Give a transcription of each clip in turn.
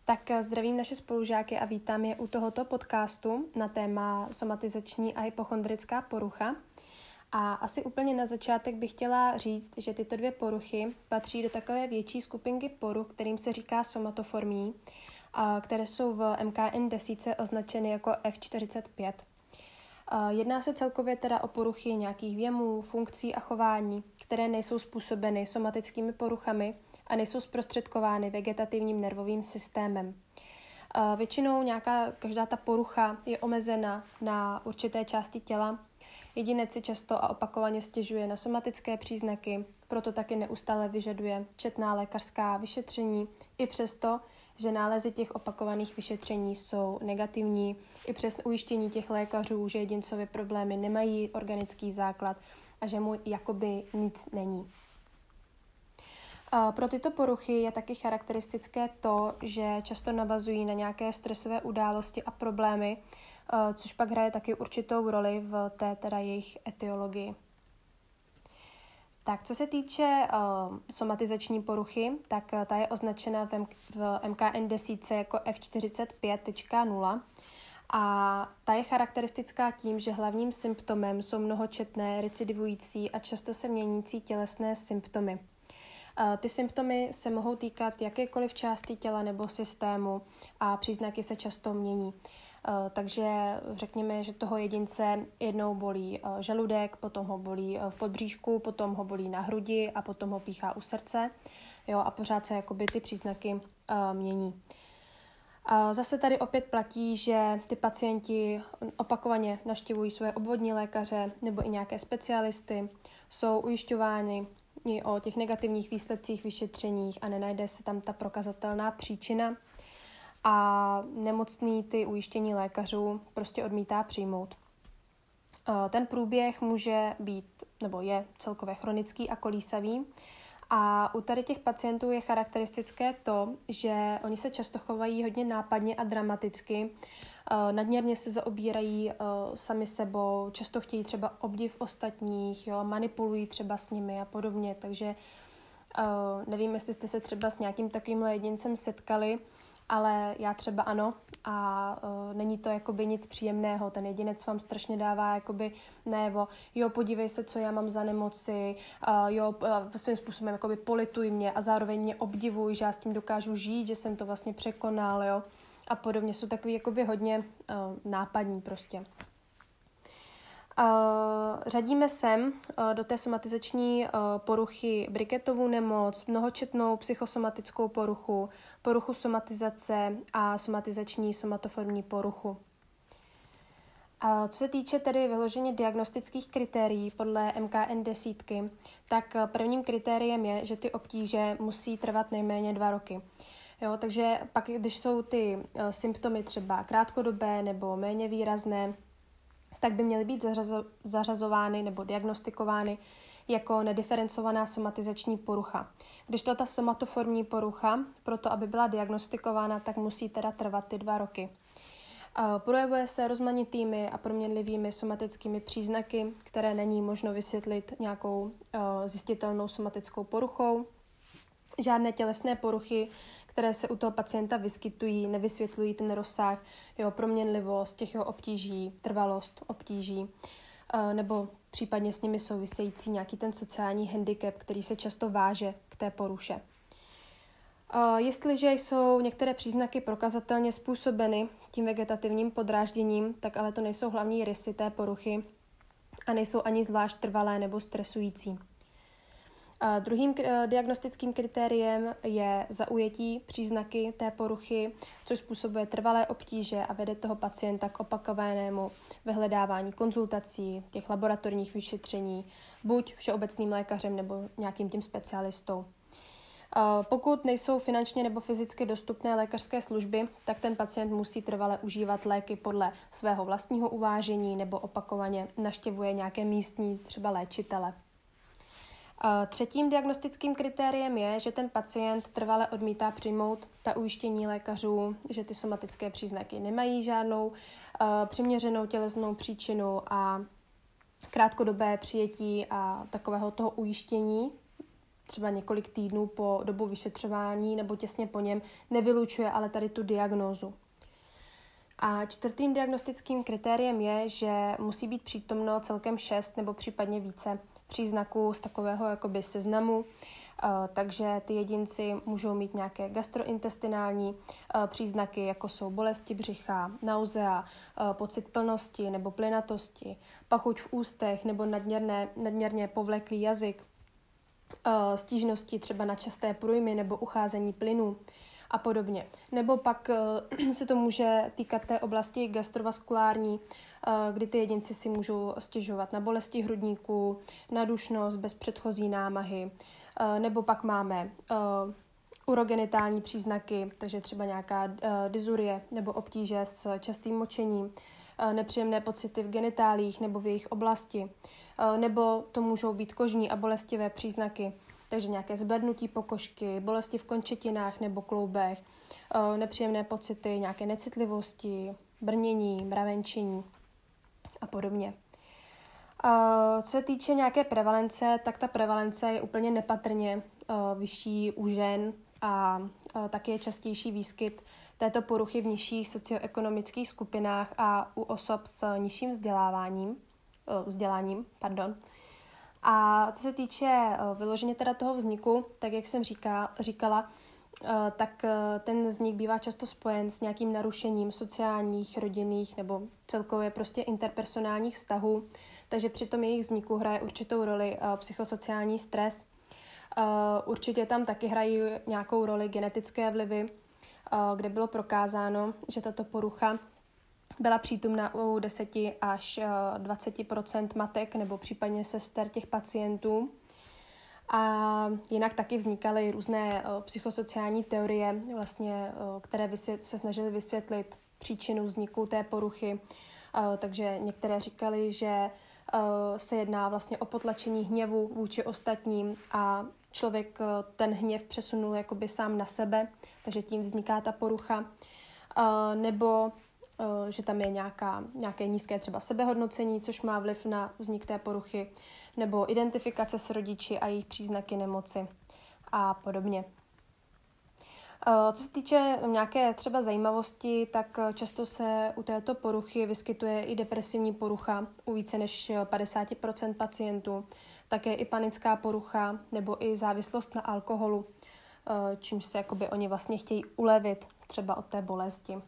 Tak zdravím naše spolužáky a vítám je u tohoto podcastu na téma somatizační a hypochondrická porucha. A asi úplně na začátek bych chtěla říct, že tyto dvě poruchy patří do takové větší skupinky poruch, kterým se říká somatoformní, které jsou v MKN10 označeny jako F45. Jedná se celkově teda o poruchy nějakých věmů, funkcí a chování, které nejsou způsobeny somatickými poruchami a nejsou zprostředkovány vegetativním nervovým systémem. Většinou každá ta porucha je omezena na určité části těla. Jedinec si často a opakovaně stěžuje na somatické příznaky, proto taky neustále vyžaduje četná lékařská vyšetření, i přesto, že nálezy těch opakovaných vyšetření jsou negativní, i přes ujištění těch lékařů, že jedincově problémy nemají organický základ a že mu jakoby nic není. Pro tyto poruchy je taky charakteristické to, že často navazují na nějaké stresové události a problémy, což pak hraje taky určitou roli v té teda jejich etiologii. Tak, co se týče somatizační poruchy, tak ta je označena v MKN10 jako F45.0 a ta je charakteristická tím, že hlavním symptomem jsou mnohočetné, recidivující a často se měnící tělesné symptomy. Ty symptomy se mohou týkat jakékoliv části těla nebo systému a příznaky se často mění. Takže řekněme, že toho jedince jednou bolí žaludek, potom ho bolí v podbříšku, potom ho bolí na hrudi a potom ho píchá u srdce. Jo, a pořád se jakoby ty příznaky mění. Zase tady opět platí, že ty pacienti opakovaně navštěvují své obvodní lékaře nebo i nějaké specialisty, jsou ujišťováni o těch negativních výsledcích vyšetřeních a nenajde se tam ta prokazatelná příčina a nemocný ty ujištění lékařů prostě odmítá přijmout. Ten průběh může být nebo je celkově chronický a kolísavý a u tady těch pacientů je charakteristické to, že oni se často chovají hodně nápadně a dramaticky, nadměrně se zaobírají sami sebou, často chtějí třeba obdiv ostatních, jo, manipulují třeba s nimi a podobně, takže nevím, jestli jste se třeba s nějakým takovýmhle jedincem setkali, ale já třeba ano a není to jakoby nic příjemného, ten jedinec vám strašně dává jakoby najevo, jo, podívej se, co já mám za nemoci, jo, svým způsobem jakoby polituj mě a zároveň mě obdivuj, že já s tím dokážu žít, že jsem to vlastně překonal, jo, a podobně, jsou takový jakoby hodně nápadní prostě. Řadíme sem do té somatizační poruchy Brighetovu nemoc, mnohočetnou psychosomatickou poruchu, poruchu somatizace a somatizační somatoformní poruchu. Co se týče tedy vyloženě diagnostických kritérií podle MKN10, tak prvním kritériem je, že ty obtíže musí trvat nejméně 2 roky. Jo, takže pak, když jsou ty symptomy třeba krátkodobé nebo méně výrazné, tak by měly být zařazovány nebo diagnostikovány jako nediferencovaná somatizační porucha. Když to ta somatoformní porucha, proto aby byla diagnostikována, tak musí teda trvat ty 2 roky. Projevuje se rozmanitými a proměnlivými somatickými příznaky, které není možno vysvětlit nějakou zjistitelnou somatickou poruchou. Žádné tělesné poruchy, které se u toho pacienta vyskytují, nevysvětlují ten rozsah, jeho proměnlivost, těch jeho obtíží, trvalost obtíží, nebo případně s nimi související nějaký ten sociální handicap, který se často váže k té poruše. Jestliže jsou některé příznaky prokazatelně způsobeny tím vegetativním podrážděním, tak ale to nejsou hlavní rysy té poruchy a nejsou ani zvlášť trvalé nebo stresující. Druhým diagnostickým kritériem je zaujetí příznaky té poruchy, což způsobuje trvalé obtíže a vede toho pacienta k opakovanému vyhledávání konzultací, těch laboratorních vyšetření, buď všeobecným lékařem nebo nějakým tím specialistou. Pokud nejsou finančně nebo fyzicky dostupné lékařské služby, tak ten pacient musí trvale užívat léky podle svého vlastního uvážení nebo opakovaně navštěvuje nějaké místní třeba léčitele. Třetím diagnostickým kritériem je, že ten pacient trvale odmítá přijmout ta ujištění lékařů, že ty somatické příznaky nemají žádnou přiměřenou tělesnou příčinu a krátkodobé přijetí a takového toho ujištění třeba několik týdnů po dobu vyšetřování nebo těsně po něm, nevylučuje ale tady tu diagnózu. A čtvrtým diagnostickým kritériem je, že musí být přítomno celkem 6 nebo případně více příznaků z takového jakoby seznamu, takže ty jedinci můžou mít nějaké gastrointestinální příznaky, jako jsou bolesti břicha, nauzea, pocit plnosti nebo plynatosti, pachuť v ústech nebo nadměrně povleklý jazyk, stížnosti třeba na časté průjmy nebo ucházení plynů a podobně. Nebo pak se to může týkat té oblasti gastrovaskulární, kdy ty jedinci si můžou stěžovat na bolesti hrudníků, na dušnost bez předchozí námahy, nebo pak máme urogenitální příznaky, takže třeba nějaká dysurie nebo obtíže s častým močením, nepříjemné pocity v genitálích nebo v jejich oblasti, nebo to můžou být kožní a bolestivé příznaky, takže nějaké zblednutí pokožky, bolesti v končetinách nebo kloubech, nepříjemné pocity, nějaké necitlivosti, brnění, mravenčení a podobně. Co se týče nějaké prevalence, tak ta prevalence je úplně nepatrně vyšší u žen a taky je častější výskyt této poruchy v nižších socioekonomických skupinách a u osob s nižším vzděláním. A co se týče vyloženě teda toho vzniku, tak jak jsem říkala, tak ten vznik bývá často spojen s nějakým narušením sociálních, rodinných nebo celkově prostě interpersonálních vztahů, takže při tom jejich vzniku hraje určitou roli psychosociální stres. Určitě tam taky hrají nějakou roli genetické vlivy, kde bylo prokázáno, že tato porucha byla přítomná u 10 až 20% matek nebo případně sester těch pacientů. A jinak taky vznikaly různé psychosociální teorie, vlastně, které se snažily vysvětlit příčinu vzniku té poruchy. Takže některé říkali, že se jedná vlastně o potlačení hněvu vůči ostatním a člověk ten hněv přesunul jakoby sám na sebe, takže tím vzniká ta porucha. Nebo že tam je nějaké nízké třeba sebehodnocení, což má vliv na vznik té poruchy, nebo identifikace s rodiči a jejich příznaky nemoci a podobně. Co se týče nějaké třeba zajímavosti, tak často se u této poruchy vyskytuje i depresivní porucha u více než 50% pacientů, také i panická porucha nebo i závislost na alkoholu, čímž se jakoby oni vlastně chtějí ulevit třeba od té bolesti.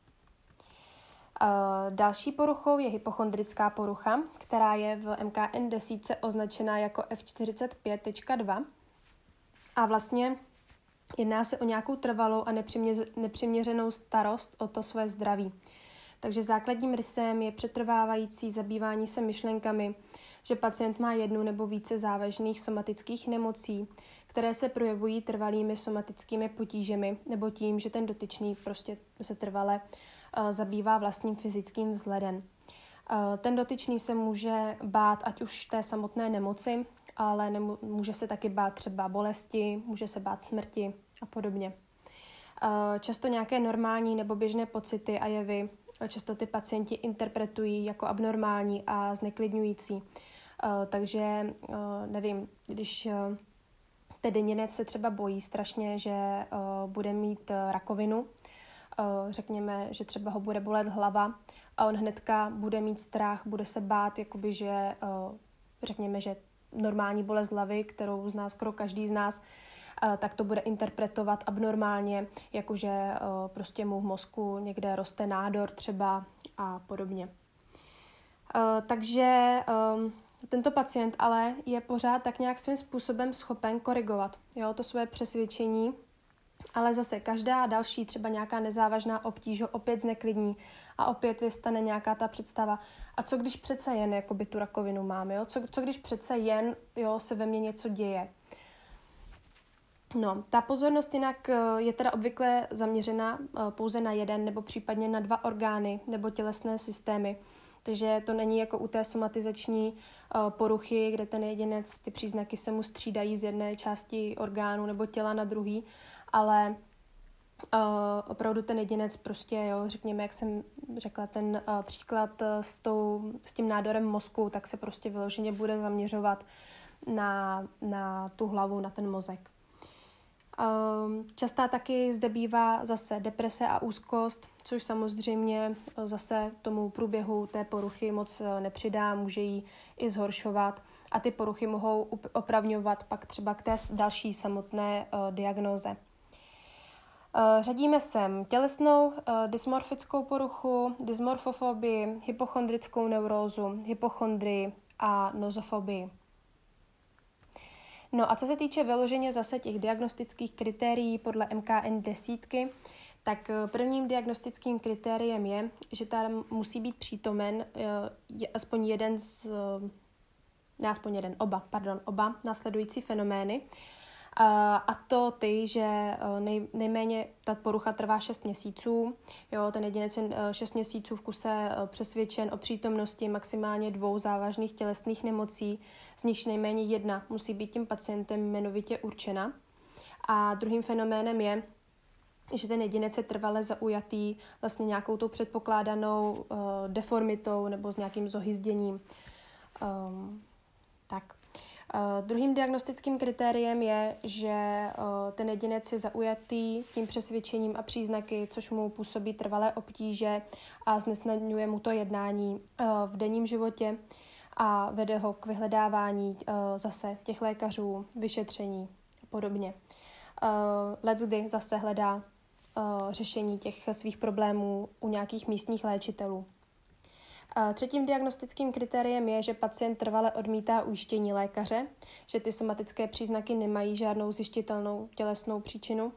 Další poruchou je hypochondrická porucha, která je v MKN10 označena jako F45.2 a vlastně jedná se o nějakou trvalou a nepřiměřenou starost o to své zdraví. Takže základním rysem je přetrvávající zabývání se myšlenkami, že pacient má jednu nebo více závažných somatických nemocí, které se projevují trvalými somatickými potížemi nebo tím, že ten dotyčný prostě se trvale zabývá vlastním fyzickým vzhledem. Ten dotyčný se může bát ať už té samotné nemoci, ale může se taky bát třeba bolesti, může se bát smrti a podobně. Často nějaké normální nebo běžné pocity a jevy často ty pacienti interpretují jako abnormální a zneklidňující. Takže nevím, když ten jedinec se třeba bojí strašně, že bude mít rakovinu, řekněme, že třeba ho bude bolet hlava a on hnedka bude mít strach, bude se bát, jakoby, že řekněme, že normální bolest hlavy, kterou zná skoro každý z nás, tak to bude interpretovat abnormálně, jakože prostě mu v mozku někde roste nádor třeba a podobně. Takže tento pacient ale je pořád tak nějak svým způsobem schopen korigovat to svoje přesvědčení, ale zase každá další třeba nějaká nezávažná obtíž ho opět zneklidní a opět vystane nějaká ta představa. A co když přece jen jakoby tu rakovinu mám, jo? Co když přece jen se ve mně něco děje? No, ta pozornost jinak je teda obvykle zaměřena pouze na jeden nebo případně na 2 orgány nebo tělesné systémy. Takže to není jako u té somatizační poruchy, kde ten jedinec, ty příznaky se mu střídají z jedné části orgánu nebo těla na druhý, ale opravdu ten jedinec prostě, řekněme, jak jsem řekla, ten příklad s tím nádorem mozku, tak se prostě vyloženě bude zaměřovat na tu hlavu, na ten mozek. Častá taky zde bývá zase deprese a úzkost, což samozřejmě zase tomu průběhu té poruchy moc nepřidá, může ji i zhoršovat a ty poruchy mohou opravňovat pak třeba k té další samotné diagnóze. Řadíme sem tělesnou dysmorfickou poruchu, dysmorfofobii, hypochondrickou neurózu, hypochondrii a nozofobii. No a co se týče vyloženě zase těch diagnostických kritérií podle MKN 10, tak prvním diagnostickým kritériem je, že tam musí být přítomen oba následující fenomény. A to ty, že nejméně ta porucha trvá 6 měsíců, jo, ten jedinec je 6 měsíců v kuse přesvědčen o přítomnosti maximálně 2 závažných tělesných nemocí, z nichž nejméně 1 musí být tím pacientem jmenovitě určena. A druhým fenoménem je, že ten jedinec je trvale zaujatý vlastně nějakou tou předpokládanou deformitou nebo s nějakým zohyzděním. Druhým diagnostickým kritériem je, že ten jedinec je zaujatý tím přesvědčením a příznaky, což mu působí trvalé obtíže a znesnadňuje mu to jednání v denním životě a vede ho k vyhledávání zase těch lékařů, vyšetření a podobně. Leckdy zase hledá řešení těch svých problémů u nějakých místních léčitelů. Třetím diagnostickým kritériem je, že pacient trvale odmítá ujištění lékaře, že ty somatické příznaky nemají žádnou zjistitelnou tělesnou příčinu.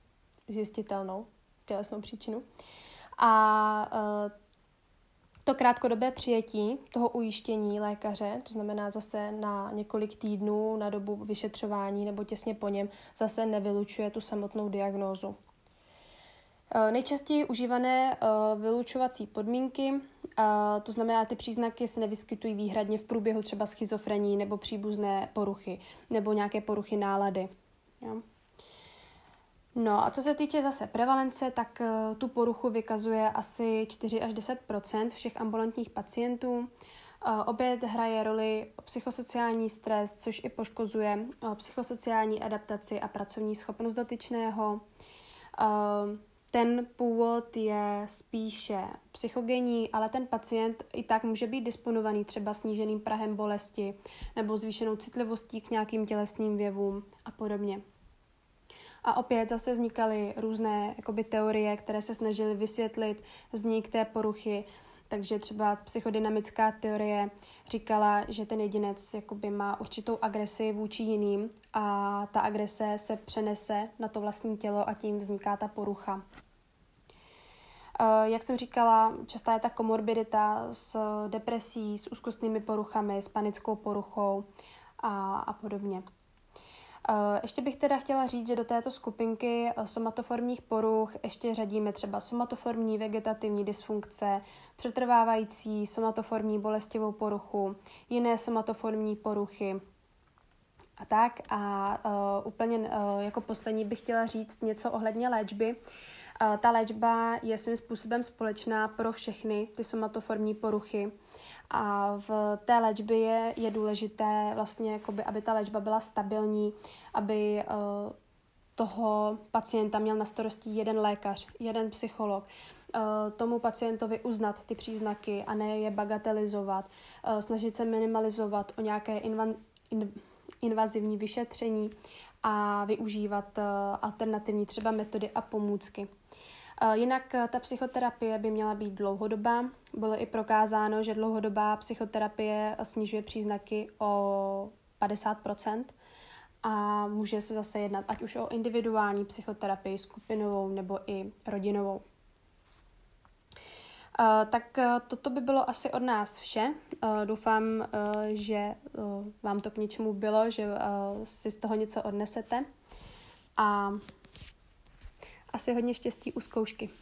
A to krátkodobé přijetí toho ujištění lékaře, to znamená zase na několik týdnů na dobu vyšetřování nebo těsně po něm, zase nevylučuje tu samotnou diagnózu. Nejčastěji užívané vylučovací podmínky, to znamená, ty příznaky se nevyskytují výhradně v průběhu třeba schizofrení nebo příbuzné poruchy nebo nějaké poruchy nálady. Jo. No a co se týče zase prevalence, tak tu poruchu vykazuje asi 4 až 10% všech ambulantních pacientů. Opět hraje roli psychosociální stres, což i poškozuje psychosociální adaptaci a pracovní schopnost dotyčného. Ten původ je spíše psychogenní, ale ten pacient i tak může být disponovaný třeba sníženým prahem bolesti nebo zvýšenou citlivostí k nějakým tělesným jevům a podobně. A opět zase vznikaly různé teorie, které se snažily vysvětlit vznik té poruchy. Takže třeba psychodynamická teorie říkala, že ten jedinec má určitou agresi vůči jiným a ta agrese se přenese na to vlastní tělo a tím vzniká ta porucha. Jak jsem říkala, častá je ta komorbidita s depresí, s úzkostnými poruchami, s panickou poruchou a podobně. Ještě bych teda chtěla říct, že do této skupinky somatoformních poruch ještě řadíme třeba somatoformní vegetativní dysfunkce, přetrvávající somatoformní bolestivou poruchu, jiné somatoformní poruchy a tak. A úplně jako poslední bych chtěla říct něco ohledně léčby. Ta léčba je svým způsobem společná pro všechny ty somatoformní poruchy. A v té léčbě je důležité vlastně, aby ta léčba byla stabilní, aby toho pacienta měl na starosti jeden lékař, jeden psycholog, tomu pacientovi uznat ty příznaky a ne je bagatelizovat, snažit se minimalizovat o nějaké invazivní vyšetření a využívat alternativní třeba metody a pomůcky. Jinak ta psychoterapie by měla být dlouhodobá. Bylo i prokázáno, že dlouhodobá psychoterapie snižuje příznaky o 50% a může se zase jednat ať už o individuální psychoterapii, skupinovou nebo i rodinovou. Tak toto by bylo asi od nás vše. Doufám, že vám to k něčemu bylo, že si z toho něco odnesete a asi hodně štěstí u zkoušky.